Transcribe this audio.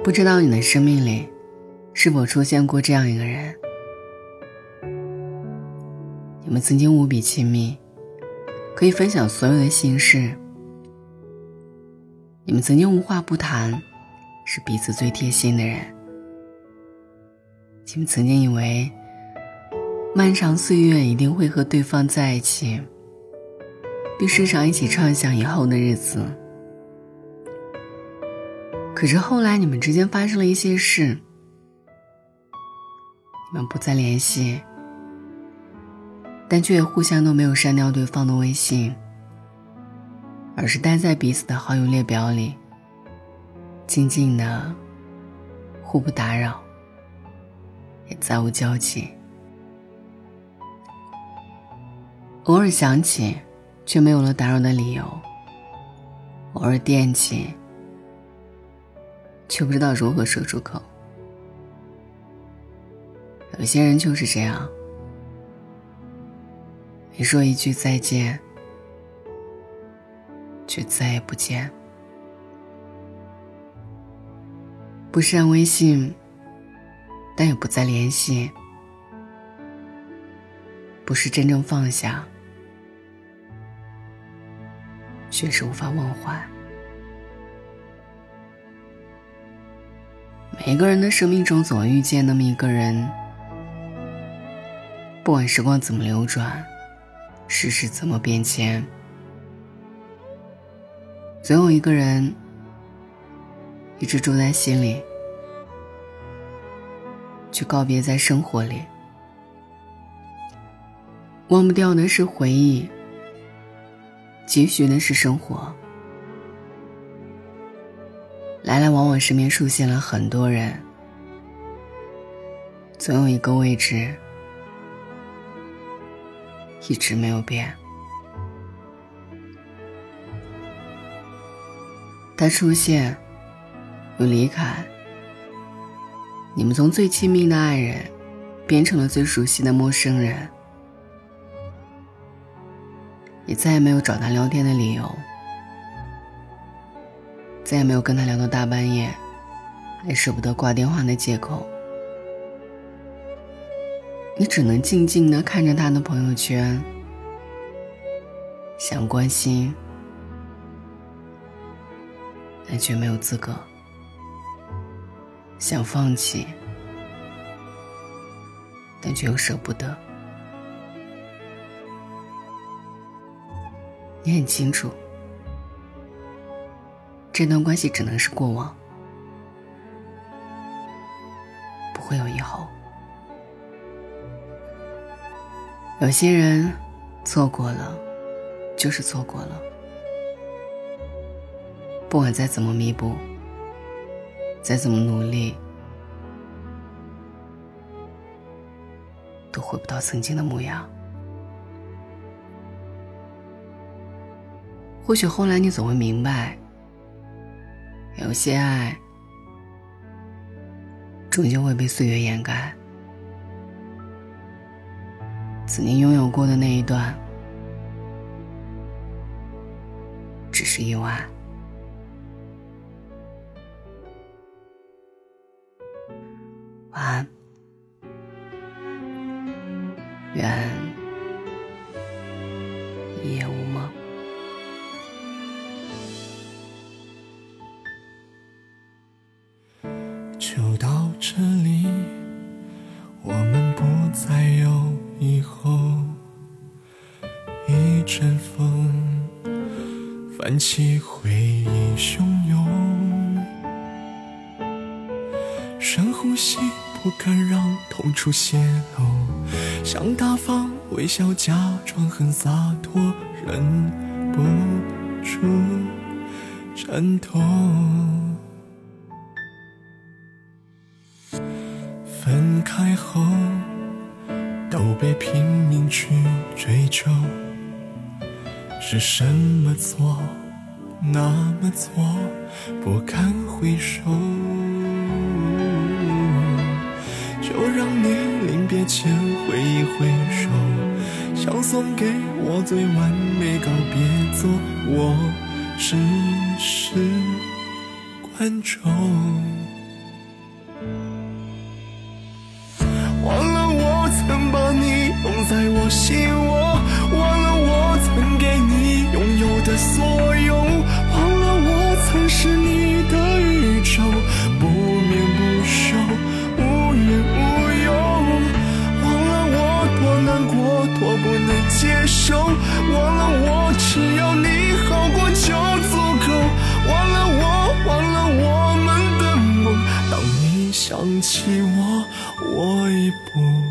不知道你的生命里是否出现过这样一个人，你们曾经无比亲密，可以分享所有的心事，你们曾经无话不谈，是彼此最贴心的人，你们曾经以为漫长岁月一定会和对方在一起，并时常一起畅想以后的日子。可是后来你们之间发生了一些事，你们不再联系，但却也互相都没有删掉对方的微信，而是待在彼此的好友列表里，静静的互不打扰，也再无交集。偶尔想起，却没有了打扰的理由；偶尔惦记，却不知道如何说出口。有些人就是这样，没说一句再见，却再也不见。不删微信，但也不再联系。不是真正放下，却是无法忘怀。每一个人的生命中总会遇见那么一个人，不管时光怎么流转，世事怎么变迁，总有一个人一直住在心里，却告别在生活里。忘不掉的是回忆，继续的是生活。来来往往身边出现了很多人，总有一个位置一直没有变。他出现又离开，你们从最亲密的爱人变成了最熟悉的陌生人。也再也没有找他聊天的理由，再也没有跟他聊到大半夜还舍不得挂电话的借口。你只能静静地看着他的朋友圈，想关心，但却没有资格；想放弃，但却又舍不得。你很清楚，这段关系只能是过往，不会有以后。有些人错过了就是错过了，不管再怎么弥补，再怎么努力，都回不到曾经的模样。或许后来你总会明白，有些爱终究会被岁月掩盖，曾经拥有过的那一段只是意外。晚安，愿一夜无梦。 就到这里，我们不再有以后。一阵风泛起回忆汹涌，深呼吸，不敢让痛处泄露，想大方微笑，假装很洒脱，忍不住颤抖。分开后都被拼命去追究，是什么错那么错，不堪回首。就让你临别前挥一挥手，想送给我最完美告别作，我只是观众。 在我心窝，忘了我曾给你拥有的所有，忘了我曾是你的宇宙，不眠不休，无怨无忧，忘了我多难过，多不能接受，忘了我只要你好过就足够，忘了我们的梦，当你想起我，我已不